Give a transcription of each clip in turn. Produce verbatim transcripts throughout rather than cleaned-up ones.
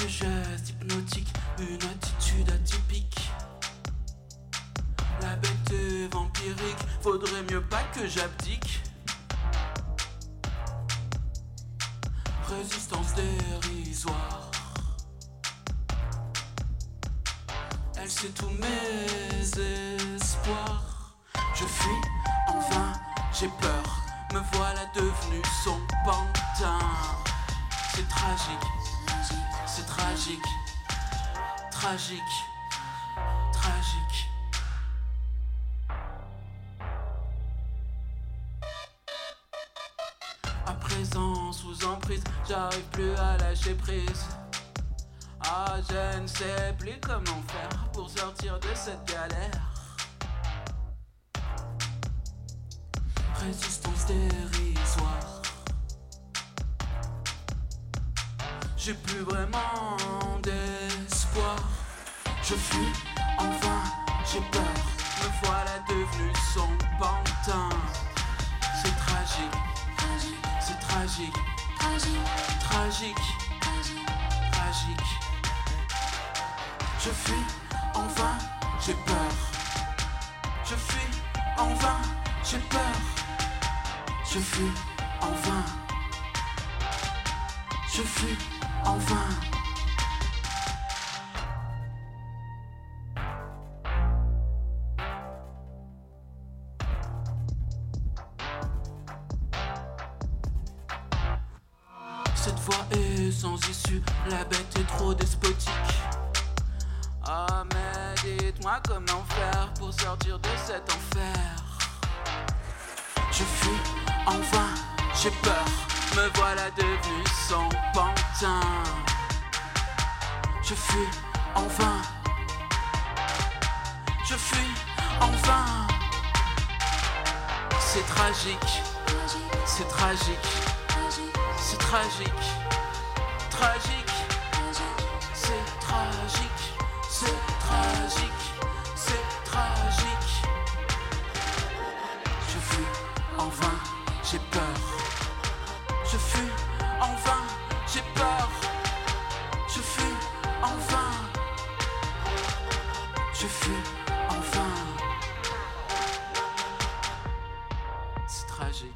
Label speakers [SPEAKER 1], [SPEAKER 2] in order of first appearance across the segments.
[SPEAKER 1] quelques gestes hypnotiques, une attitude atypique. La bête est vampirique, faudrait mieux pas que j'abdique. Résistance dérisoire. Elle sait tous mes espoirs. Je fuis en vain, j'ai peur. Me voilà devenu son pantin. C'est tragique, c'est tragique, tragique, tragique. À présent, sous emprise, j'arrive plus à lâcher prise. Ah, je ne sais plus comment faire pour sortir de cette galère. Résistance dérisoire. J'ai plus vraiment d'espoir. Je fuis en vain, j'ai peur. Me voilà devenu son pantin. C'est tragique, c'est tragique, tragique, tragique. Je fuis en vain, j'ai peur. Je fuis en vain, j'ai peur. Je fuis en vain. Je fuis en vain. Cette voie est sans issue, la bête est trop despotique. Ah mais dites-moi comment faire pour sortir de cet enfer. Je fuis en vain, j'ai peur, me voilà devenu son pantin. Je fuis en vain, je fuis en vain. C'est tragique, c'est tragique, c'est tragique, tragique, c'est tragique, c'est tragique, c'est tragique. Je fuis en vain, j'ai peur. Je fuis en vain, j'ai peur. Je fuis en vain. Je fuis en vain. C'est tragique.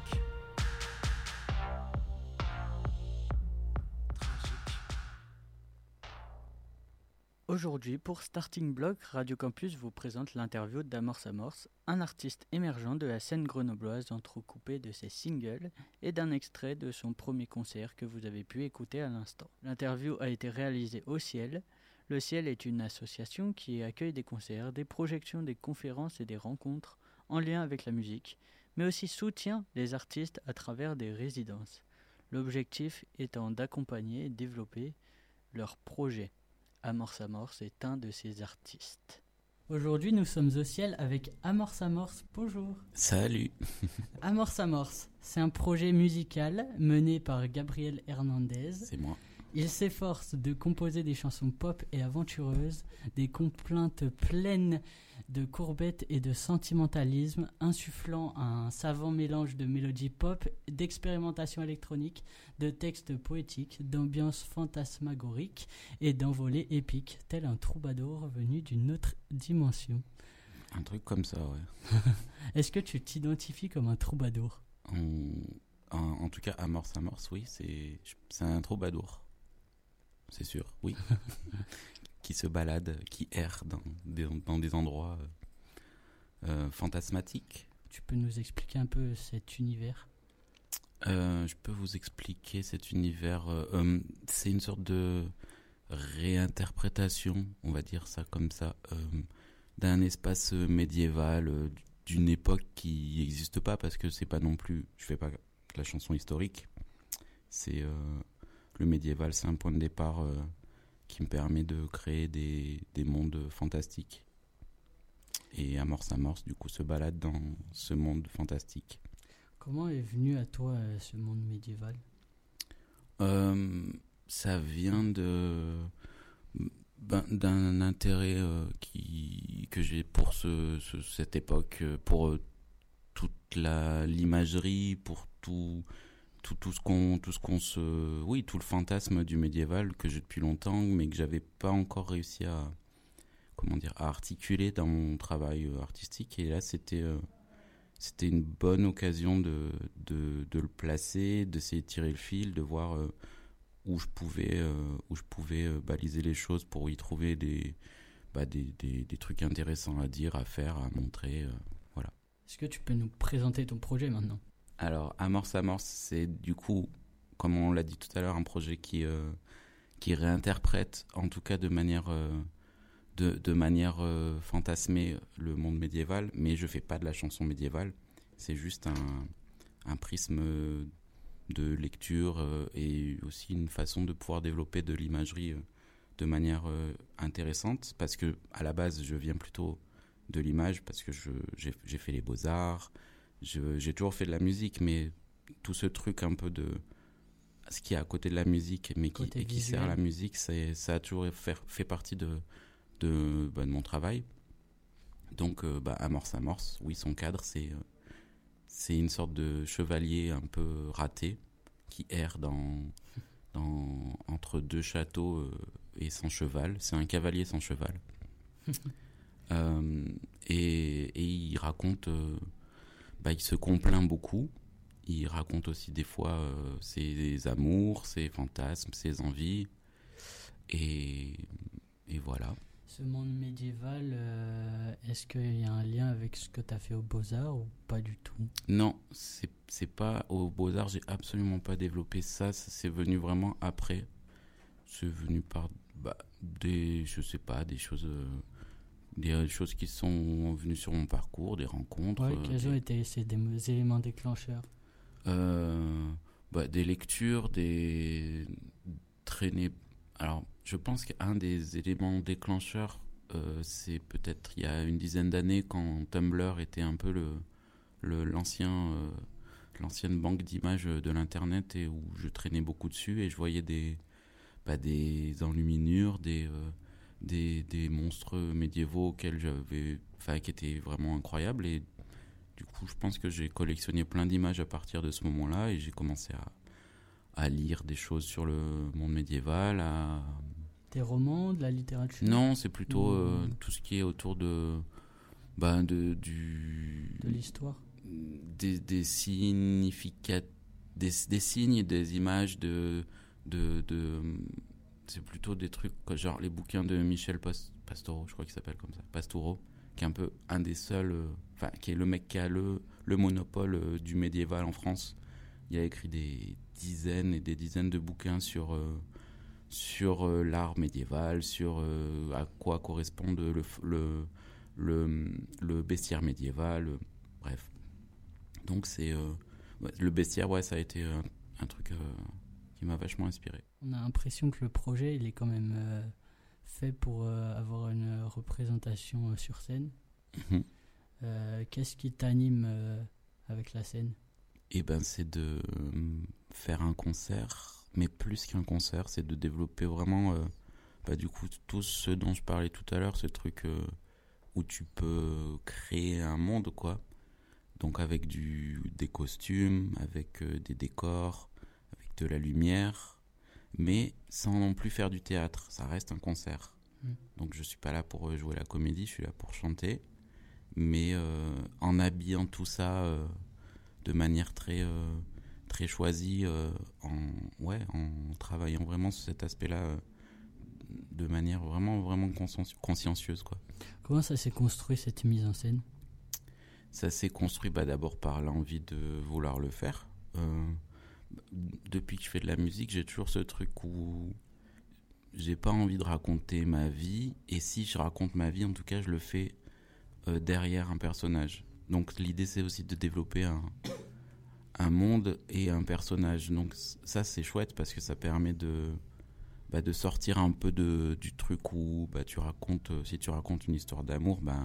[SPEAKER 2] Aujourd'hui, pour Starting Block, Radio Campus vous présente l'interview d'Amorce Amorce, un artiste émergent de la scène grenobloise entrecoupé de ses singles et d'un extrait de son premier concert que vous avez pu écouter à l'instant. L'interview a été réalisée au Ciel. Le Ciel est une association qui accueille des concerts, des projections, des conférences et des rencontres en lien avec la musique, mais aussi soutient les artistes à travers des résidences. L'objectif étant d'accompagner et développer leurs projets. Amorce Amorce est un de ces artistes. Aujourd'hui, nous sommes au Ciel avec Amorce Amorce. Bonjour.
[SPEAKER 3] Salut.
[SPEAKER 2] Amorce Amorce, c'est un projet musical mené par Gabriel Hernandez.
[SPEAKER 3] C'est moi.
[SPEAKER 2] Il s'efforce de composer des chansons pop et aventureuses, des complaintes pleines de courbettes et de sentimentalisme, insufflant un savant mélange de mélodies pop, d'expérimentation électronique, de textes poétiques, d'ambiance fantasmagorique et d'envolées épiques, tel un troubadour venu d'une autre dimension.
[SPEAKER 3] Un truc comme ça, ouais.
[SPEAKER 2] Est-ce que tu t'identifies comme un troubadour ?
[SPEAKER 3] en, en, en tout cas, Amorce Amorce, oui, c'est, c'est un troubadour. C'est sûr, oui. Qui se balade, qui erre dans des, dans des endroits euh, fantasmatiques.
[SPEAKER 2] Tu peux nous expliquer un peu cet univers ?
[SPEAKER 3] euh, Je peux vous expliquer cet univers. Euh, euh, c'est une sorte de réinterprétation, on va dire ça comme ça, euh, d'un espace médiéval, euh, d'une époque qui n'existe pas, parce que c'est pas non plus... Je fais pas la chanson historique. C'est... Euh, le médiéval, c'est un point de départ euh, qui me permet de créer des, des mondes fantastiques. Et Amorce Amorce, du coup, se balade dans ce monde fantastique.
[SPEAKER 2] Comment est venu à toi euh, ce monde médiéval ?
[SPEAKER 3] euh, Ça vient de, ben, d'un intérêt euh, qui, que j'ai pour ce, ce, cette époque, pour euh, toute la, l'imagerie, pour tout... tout, tout ce qu'on tout ce qu'on se oui tout le fantasme du médiéval que j'ai depuis longtemps mais que j'avais pas encore réussi à comment dire à articuler dans mon travail euh, artistique. Et là c'était euh, c'était une bonne occasion de, de de le placer, d'essayer de tirer le fil, de voir euh, où je pouvais euh, où je pouvais euh, baliser les choses pour y trouver des bah, des, des des trucs intéressants à dire, à faire, à montrer, euh, voilà.
[SPEAKER 2] Est-ce que tu peux nous présenter ton projet maintenant ?
[SPEAKER 3] Alors, Amorce Amorce, c'est du coup, comme on l'a dit tout à l'heure, un projet qui, euh, qui réinterprète, en tout cas de manière, euh, de, de manière euh, fantasmée, le monde médiéval, mais je ne fais pas de la chanson médiévale. C'est juste un, un prisme de lecture euh, et aussi une façon de pouvoir développer de l'imagerie euh, de manière euh, intéressante, parce que à la base, je viens plutôt de l'image, parce que je, j'ai, j'ai fait les beaux-arts. Je, j'ai toujours fait de la musique, mais tout ce truc un peu de ce qui est à côté de la musique, mais qui, et qui sert à la musique, c'est, ça a toujours fait, fait partie de, de, bah, de mon travail. Donc, euh, bah, Amorce Amorce, oui, son cadre, c'est, euh, c'est une sorte de chevalier un peu raté qui erre dans, dans, entre deux châteaux euh, et sans cheval. C'est un cavalier sans cheval. euh, et, et il raconte... Euh, Bah, il se complaint beaucoup. Il raconte aussi des fois euh, ses amours, ses fantasmes, ses envies. Et, et voilà.
[SPEAKER 2] Ce monde médiéval, euh, est-ce qu'il y a un lien avec ce que tu as fait aux Beaux-Arts ou pas du tout ?
[SPEAKER 3] Non, c'est, c'est pas aux Beaux-Arts, j'ai absolument pas développé ça. Ça c'est venu vraiment après. C'est venu par bah, des, je sais pas, des choses... Euh, des choses qui sont venues sur mon parcours, des rencontres.
[SPEAKER 2] Ouais, quels ont été ces des éléments déclencheurs ?
[SPEAKER 3] euh, bah, Des lectures, des traînées. Alors, je pense qu'un des éléments déclencheurs, euh, c'est peut-être il y a une dizaine d'années, quand Tumblr était un peu le, le, l'ancien, euh, l'ancienne banque d'images de l'Internet, et où je traînais beaucoup dessus, et je voyais des, bah, des enluminures, des... Euh, Des, des monstres médiévaux auxquels j'avais, enfin, qui étaient vraiment incroyables. Et du coup, je pense que j'ai collectionné plein d'images à partir de ce moment-là, et j'ai commencé à, à lire des choses sur le monde médiéval. À...
[SPEAKER 2] Des romans, de la littérature ?
[SPEAKER 3] Non, c'est plutôt mmh. euh, tout ce qui est autour de, bah, de, du,
[SPEAKER 2] de l'histoire.
[SPEAKER 3] Des, des significats, des, des signes et des images de, de, de c'est plutôt des trucs genre les bouquins de Michel Pastoureau, je crois qu'il s'appelle comme ça, Pastoureau, qui est un peu un des seuls, enfin euh, qui est le mec qui a le, le monopole euh, du médiéval en France. Il a écrit des dizaines et des dizaines de bouquins sur euh, sur euh, l'art médiéval, sur euh, à quoi correspond le le le, le bestiaire médiéval, euh, bref. Donc c'est euh, ouais, le bestiaire, ouais, ça a été un, un truc euh, qui m'a vachement inspiré.
[SPEAKER 2] On a l'impression que le projet, il est quand même euh, fait pour euh, avoir une représentation euh, sur scène. Mmh. Euh, qu'est-ce qui t'anime euh, avec la scène ?
[SPEAKER 3] Eh ben, c'est de euh, faire un concert, mais plus qu'un concert, c'est de développer vraiment, euh, bah, du coup, tout ce dont je parlais tout à l'heure, ce truc euh, où tu peux créer un monde, quoi. Donc avec du, des costumes, avec euh, des décors, avec de la lumière, mais sans non plus faire du théâtre, ça reste un concert. Mmh. Donc je suis pas là pour jouer la comédie, je suis là pour chanter, mais euh, en habillant tout ça euh, de manière très, euh, très choisie, euh, en, ouais, en travaillant vraiment sur cet aspect-là euh, de manière vraiment, vraiment conscien- consciencieuse, quoi.
[SPEAKER 2] Comment ça s'est construit, cette mise en scène ?
[SPEAKER 3] Ça s'est construit bah, d'abord par l'envie de vouloir le faire. Euh, depuis que je fais de la musique, j'ai toujours ce truc où j'ai pas envie de raconter ma vie, et si je raconte ma vie, en tout cas je le fais euh, derrière un personnage. Donc l'idée c'est aussi de développer un, un monde et un personnage. Donc ça c'est chouette parce que ça permet de, bah, de sortir un peu de, du truc où bah, tu racontes, si tu racontes une histoire d'amour, bah,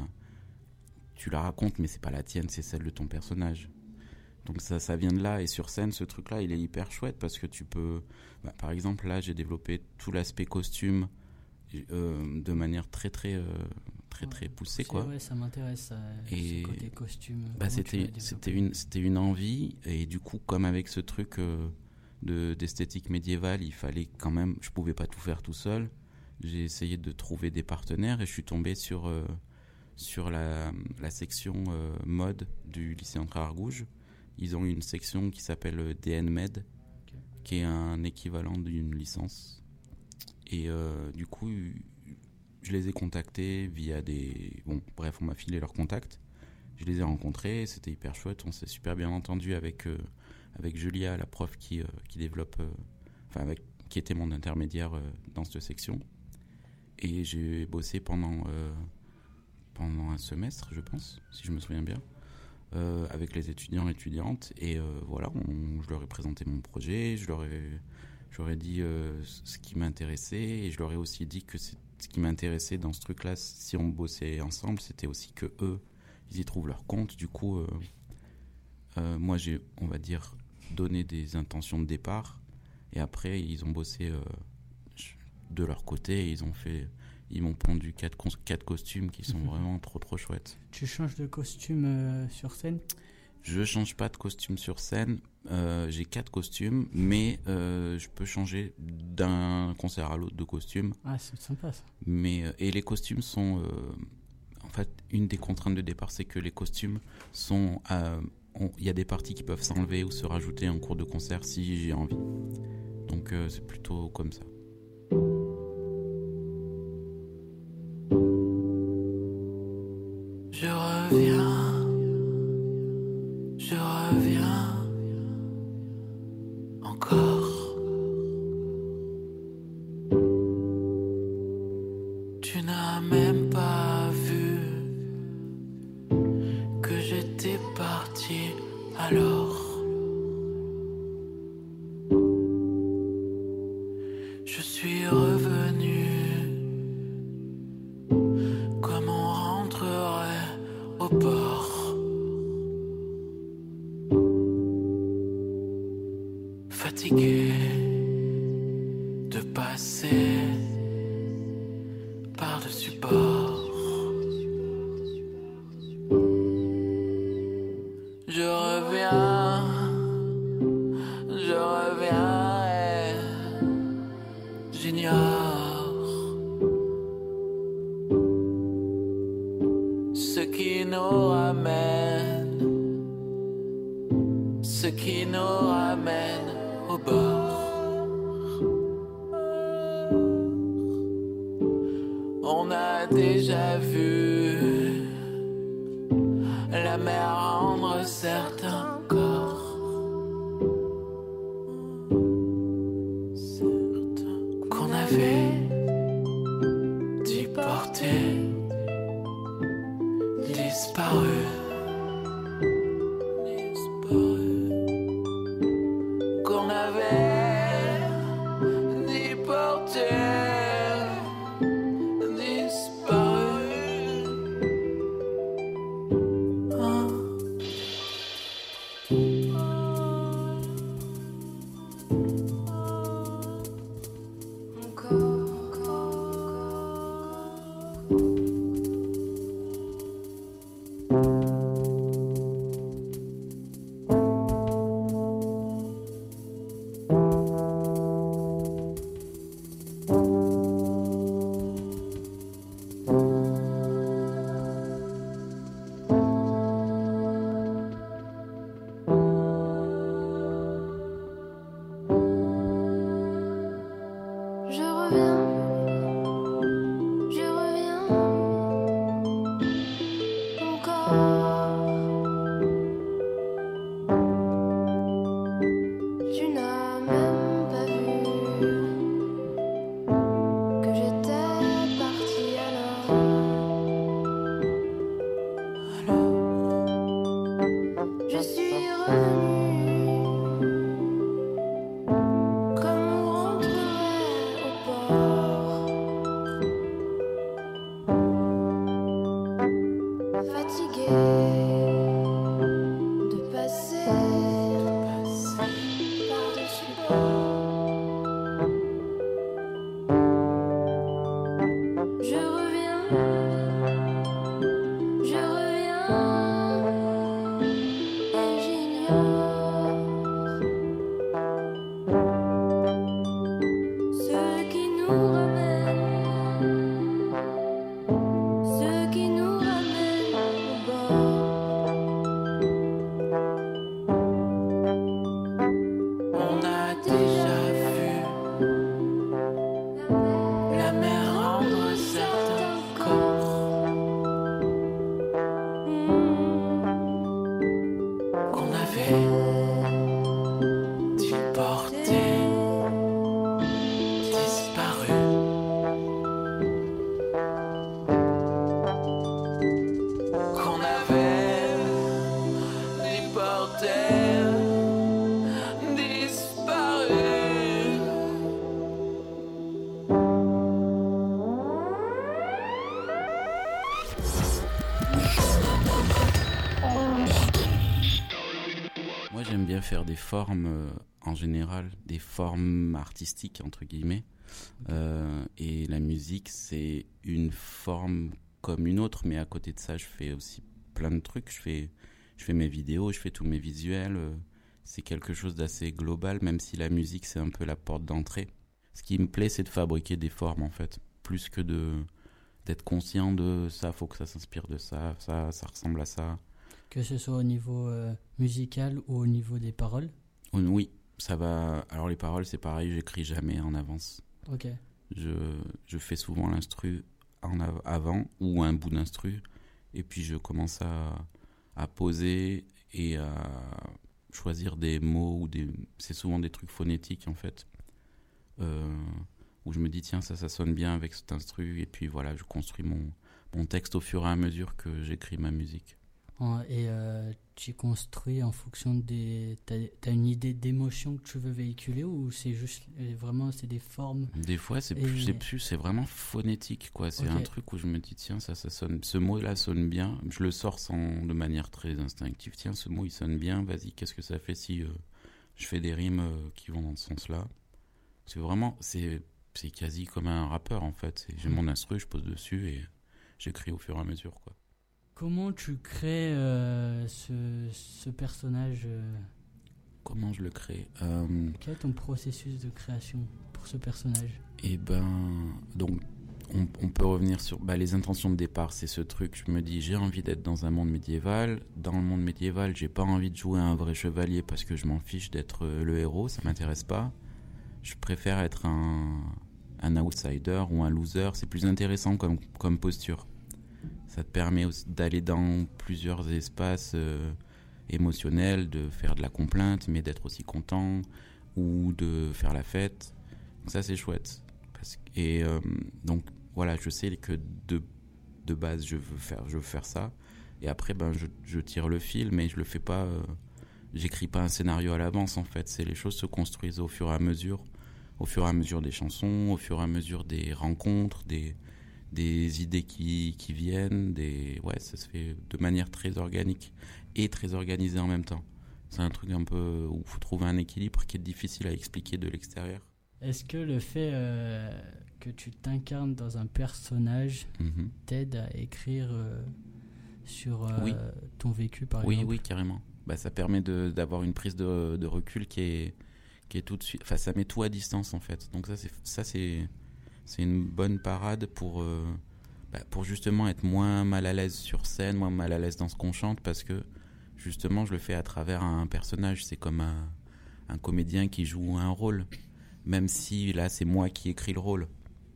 [SPEAKER 3] tu la racontes mais c'est pas la tienne, c'est celle de ton personnage. Donc ça, ça vient de là, et sur scène, ce truc-là, il est hyper chouette parce que tu peux... Bah, par exemple, là, j'ai développé tout l'aspect costume euh, de manière très très euh, très très poussée, quoi.
[SPEAKER 2] Ouais, ça m'intéresse, ça,
[SPEAKER 3] et
[SPEAKER 2] ce côté costume.
[SPEAKER 3] Bah, c'était c'était une c'était une envie, et du coup, comme avec ce truc euh, de d'esthétique médiévale, il fallait quand même, je pouvais pas tout faire tout seul. J'ai essayé de trouver des partenaires et je suis tombé sur euh, sur la la section euh, mode du lycée André Argouges. Ils ont une section qui s'appelle D N Med, okay, qui est un équivalent d'une licence. Et euh, du coup, je les ai contactés via des... Bon, bref, on m'a filé leurs contacts. Je les ai rencontrés, c'était hyper chouette. On s'est super bien entendu avec, euh, avec Julia, la prof qui, euh, qui développe... Euh, enfin, avec, qui était mon intermédiaire euh, dans cette section. Et j'ai bossé pendant, euh, pendant un semestre, je pense, si je me souviens bien, euh, avec les étudiants et étudiantes. Et euh, voilà, on, je leur ai présenté mon projet, je leur ai... J'aurais dit euh, ce qui m'intéressait, et je leur ai aussi dit que c'est, ce qui m'intéressait dans ce truc-là, si on bossait ensemble, c'était aussi que eux, ils y trouvent leur compte. Du coup, euh, euh, moi, j'ai, on va dire, donné des intentions de départ, et après, ils ont bossé euh, de leur côté, et ils ont fait, ils m'ont pondu quatre, quatre costumes qui sont vraiment trop trop chouettes.
[SPEAKER 2] Tu changes de costume euh, sur scène ?
[SPEAKER 3] Je change pas de costume sur scène. Euh, j'ai quatre costumes, mais euh, je peux changer d'un concert à l'autre de costume.
[SPEAKER 2] Ah, c'est sympa ça.
[SPEAKER 3] Mais euh, et les costumes sont, euh, en fait, une des contraintes de départ, c'est que les costumes sont, il euh, y a des parties qui peuvent s'enlever ou se rajouter en cours de concert si j'ai envie. Donc euh, c'est plutôt comme ça.
[SPEAKER 1] Je reviens. Je reviens encore. Tu n'as même pas vu que j'étais parti alors. Je suis revenu comme on rentrerait au port. Fatigué de passer par-dessus bord. Je reviens, je reviens et j'ignore ce qui nous ramène, ce qui nous ramène au bord. On a déjà vu la mer rendre certains corps, certains qu'on avait dit porter disparus, disparus. Qu'on avait déporté, disparu. Ah. Encore, je reviens, je reviens encore. Tu n'as même pas vu que j'étais partie alors. Alors, je suis revenue comme on rentrerait au port. Fatigué de passer, par-dessus bord. t'es disparu.
[SPEAKER 3] Moi, j'aime bien faire des formes, euh, en général, des formes artistiques, entre guillemets. Euh, et la musique, c'est une forme comme une autre, mais à côté de ça, je fais aussi plein de trucs. Je fais, je fais mes vidéos, je fais tous mes visuels. Euh, c'est quelque chose d'assez global, même si la musique, c'est un peu la porte d'entrée. Ce qui me plaît, c'est de fabriquer des formes, en fait, plus que de, d'être conscient de ça, faut que ça s'inspire de ça, ça, ça ressemble à ça.
[SPEAKER 2] Que ce soit au niveau euh, musical ou au niveau des paroles?
[SPEAKER 3] Oui, ça va. Alors les paroles, c'est pareil, j'écris jamais en avance.
[SPEAKER 2] Ok.
[SPEAKER 3] Je, je fais souvent l'instru en av- avant ou un bout d'instru, et puis je commence à, à poser et à choisir des mots, ou des, c'est souvent des trucs phonétiques en fait, euh, où je me dis tiens ça, ça sonne bien avec cet instru, et puis voilà, je construis mon, mon texte au fur et à mesure que j'écris ma musique.
[SPEAKER 2] Et euh, tu construis en fonction des... T'as, t'as une idée d'émotion que tu veux véhiculer, ou c'est juste vraiment c'est des formes?
[SPEAKER 3] Des fois c'est
[SPEAKER 2] et...
[SPEAKER 3] plus, c'est plus, c'est vraiment phonétique quoi. C'est okay. Un truc où je me dis tiens ça, ça sonne, ce mot-là sonne bien. Je le sors sans, de manière très instinctive. Tiens ce mot il sonne bien. Vas-y, qu'est-ce que ça fait si euh, je fais des rimes euh, qui vont dans ce sens-là? C'est vraiment, c'est, c'est quasi comme un rappeur en fait. C'est, j'ai mon instru, je pose dessus et j'écris au fur et à mesure quoi.
[SPEAKER 2] Comment tu crées euh, ce, ce personnage euh...
[SPEAKER 3] Comment je le crée euh...
[SPEAKER 2] Quel est ton processus de création pour ce personnage?
[SPEAKER 3] Eh ben, donc, on, on peut revenir sur bah, les intentions de départ. C'est ce truc, je me dis, j'ai envie d'être dans un monde médiéval. Dans le monde médiéval, j'ai pas envie de jouer un vrai chevalier parce que je m'en fiche d'être le héros, ça m'intéresse pas. Je préfère être un, un outsider ou un loser. C'est plus intéressant comme, comme posture. Ça te permet aussi d'aller dans plusieurs espaces euh, émotionnels, de faire de la complainte, mais d'être aussi content, ou de faire la fête. Donc ça, c'est chouette. Parce que, et euh, donc, voilà, je sais que de, de base, je veux faire, je veux faire ça. Et après, ben, je, je tire le fil, mais je le fais pas... Euh, j'écris pas un scénario à l'avance, en fait. C'est les choses se construisent au fur et à mesure. Au fur et à mesure des chansons, au fur et à mesure des rencontres, des... des idées qui, qui viennent, des... ouais, ça se fait de manière très organique et très organisée en même temps. C'est un truc un peu où il faut trouver un équilibre qui est difficile à expliquer de l'extérieur.
[SPEAKER 2] Est-ce que le fait euh, que tu t'incarnes dans un personnage mm-hmm. t'aide à écrire euh, sur euh, oui. ton vécu, par
[SPEAKER 3] oui,
[SPEAKER 2] exemple?
[SPEAKER 3] Oui, carrément. Bah, ça permet de, d'avoir une prise de, de recul qui est, qui est tout de suite... Enfin, ça met tout à distance, en fait. Donc ça, c'est... Ça, c'est... C'est une bonne parade pour, euh, bah, pour justement être moins mal à l'aise sur scène, moins mal à l'aise dans ce qu'on chante, parce que justement je le fais à travers un personnage. C'est comme un, un comédien qui joue un rôle, même si là c'est moi qui écris le rôle.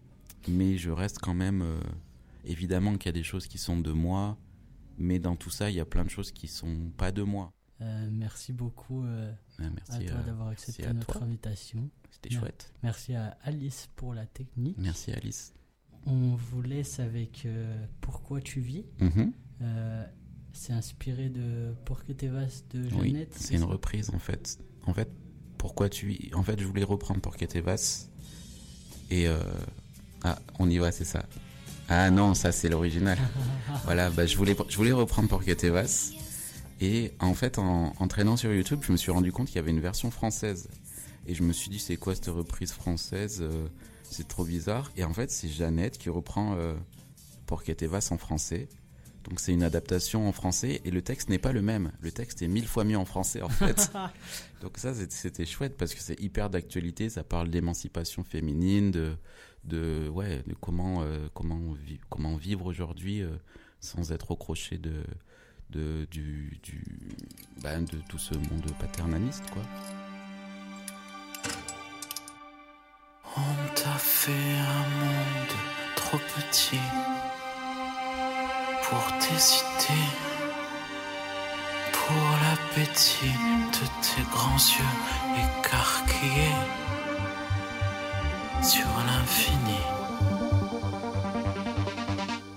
[SPEAKER 3] Mais je reste quand même, euh, évidemment qu'il y a des choses qui sont de moi, mais dans tout ça il y a plein de choses qui sont pas de moi.
[SPEAKER 2] Euh, merci beaucoup euh,
[SPEAKER 3] ouais, merci
[SPEAKER 2] à toi
[SPEAKER 3] à,
[SPEAKER 2] d'avoir accepté notre toi. invitation.
[SPEAKER 3] C'était chouette.
[SPEAKER 2] Merci à Alice pour la technique.
[SPEAKER 3] Merci Alice.
[SPEAKER 2] On vous laisse avec euh, Pourquoi tu vis.
[SPEAKER 3] Mm-hmm.
[SPEAKER 2] Euh, c'est inspiré de Porque te vas de Jeannette.
[SPEAKER 3] Oui, c'est, c'est une ça reprise en fait. En fait, Pourquoi tu vis. En fait, je voulais reprendre Porque te vas. Et euh... ah, on y va, c'est ça. Ah non, ça c'est l'original. Voilà, bah, je voulais, je voulais reprendre Porque te vas. Et en fait, en, en traînant sur YouTube, je me suis rendu compte qu'il y avait une version française. Et je me suis dit, c'est quoi cette reprise française euh, c'est trop bizarre. Et en fait, c'est Jeannette qui reprend euh, Porque te vas en français. Donc c'est une adaptation en français et le texte n'est pas le même. Le texte est mille fois mieux en français en fait. Donc ça c'était chouette parce que c'est hyper d'actualité. Ça parle d'émancipation féminine, de, de, ouais, de comment, euh, comment, vi- comment vivre aujourd'hui euh, sans être accroché de... De, du, du, bah, de tout ce monde paternaliste, quoi.
[SPEAKER 1] On t'a fait un monde trop petit pour t'hésiter, pour l'appétit de tes grands yeux écarquillés sur l'infini.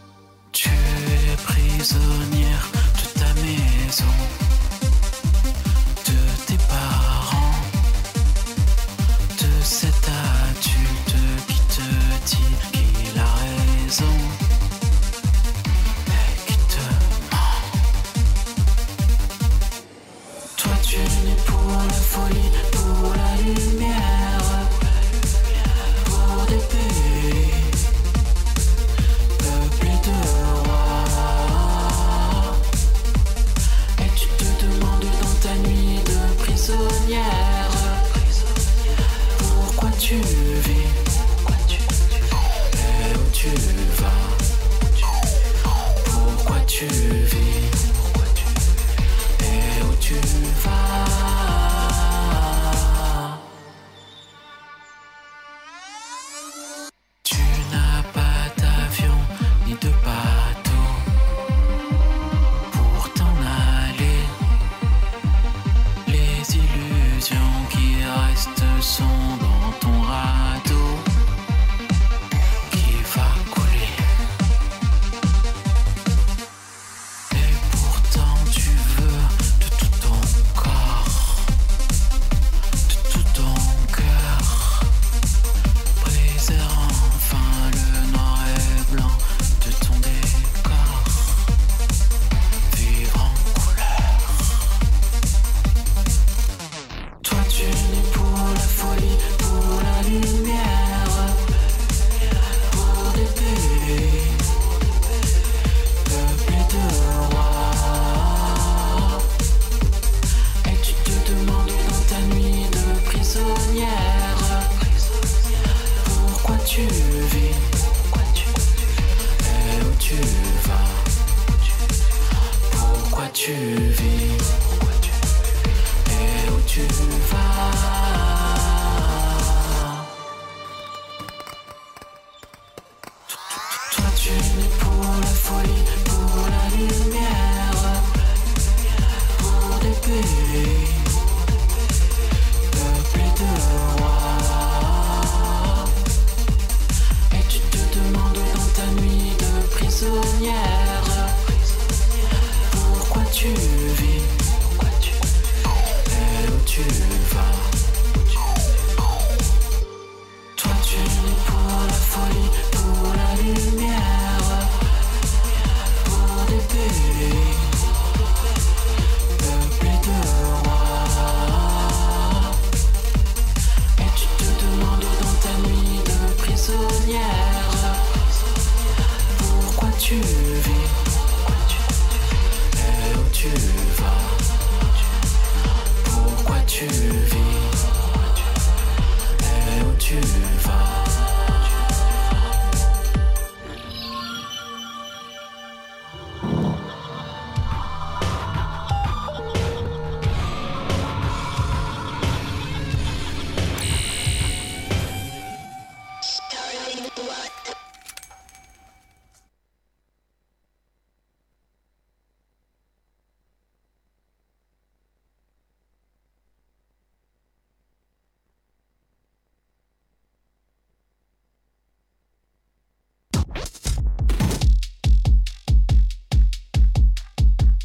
[SPEAKER 1] Tu es prisonnière de ta maison, tu nais pour la folie, pour la lumière, pour des pays peuplés de rois. Et tu te demandes dans ta nuit de prisonnière pourquoi tu vis et où tu vas. Pourquoi tu vis et où tu vas. Tu n'as pas d'avion ni de bateau pour t'en aller. Les illusions qui restent sont dans ton radeau qui va couler. Et pourtant tu veux de tout ton corps, de tout ton cœur, briser enfin le noir et blanc de ton décor, vivre en couleur. Toi tu nais pour la folie, pour la lumière, pour des pays peuplés de rois. Et tu te demandes dans ta nuit de prisonnière pourquoi tu vis et où tu vas. Pourquoi tu vis et où tu vas. Toi tu nais pour la folie, pour la lumière, pour des pays peuplés de rois. Et tu te demandes dans ta nuit de prisonnière pourquoi tu vis et où tu vas. Toi tu nais pour la folie, pour la lumière, pour des pays peuplés de rois. Et tu te demandes dans ta nuit de prisonnière pourquoi tu vis et où tu vas. Pourquoi tu vis